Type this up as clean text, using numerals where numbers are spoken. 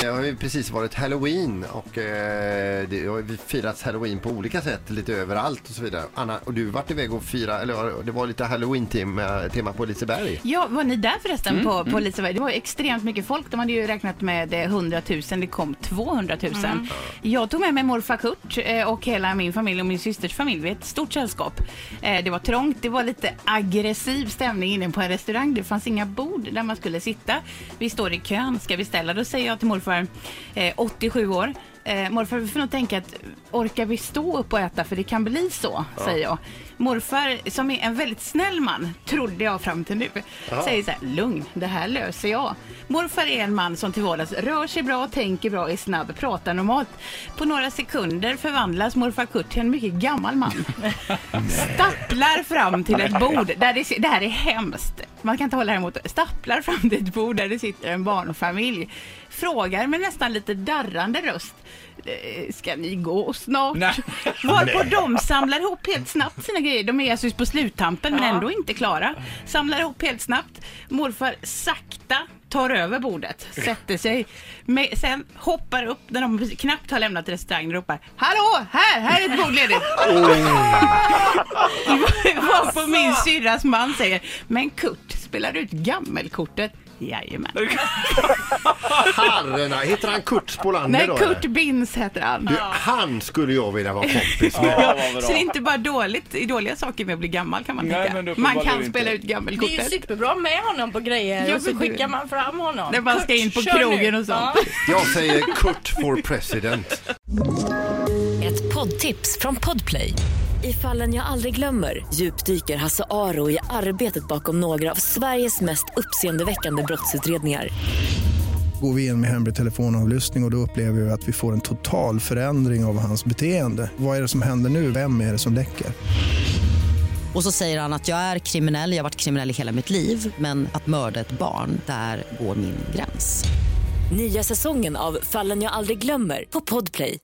Det har ju precis varit Halloween och det har ju firats Halloween på olika sätt lite överallt och så vidare. Anna, och du varit iväg och fira, eller det var lite Halloween-tema på Liseberg. Ja, var ni där förresten på Liseberg? Det var extremt mycket folk. De hade ju räknat med 100 000, det kom 200 000. Jag tog med mig morfar Kurt och hela min familj och min systers familj. Vi är ett stort sällskap. Det var trångt, det var lite aggressiv stämning inne på en restaurang. Det fanns inga bord där man skulle sitta. Vi står i kön, ska vi ställa? Då säger jag till morfar, 87 år. Morfar, vi får nog tänka att orkar vi stå upp och äta, för det kan bli så, säger jag. Morfar, som är en väldigt snäll man, trodde jag fram till nu, säger så här: lugn, det här löser jag. Morfar är en man som till vardags rör sig bra, tänker bra, är snabb, pratar normalt. På några sekunder förvandlas morfar Kurt till en mycket gammal man. Stapplar fram till ett bord där det här är hemskt. Man kan inte hålla emot. Stapplar fram till ett bord där det sitter en barnfamilj. Frågar med nästan lite darrande röst: ska ni gå snart? Varpå de samlar ihop helt snabbt sina grejer. De är alltså på sluttampen men ändå inte klara. Samlar ihop helt snabbt. Morfar sakta tar över bordet, sätter sig, sen hoppar upp när de knappt har lämnat restaurangen och ropar: hallå, här är ett bord ledigt. Varpå min syrras man säger: men Kurt, spelar du ut gammelkortet? Jajamän. Herrarna, heter han Kurt Spolander? Nej, då? Kurt Bins heter han. Du, han skulle jag vilja vara kompis med. Så det är inte bara dåliga saker med att bli gammal, kan man tänka. Man kan spela ut gammelkortet. Det är superbra med honom på grejer, och så skickar man fram honom. När man ska in på krogen och sånt. Jag säger Kurt for president. Ett poddtips från Podplay. I Fallen jag aldrig glömmer djupdyker Hasse Aro i arbetet bakom några av Sveriges mest uppseendeväckande brottsutredningar. Går vi in med hemlig telefonavlyssning och då upplever vi att vi får en total förändring av hans beteende. Vad är det som händer nu? Vem är det som läcker? Och så säger han att jag är kriminell, jag har varit kriminell i hela mitt liv. Men att mörda ett barn, där går min gräns. Nya säsongen av Fallen jag aldrig glömmer på Podplay.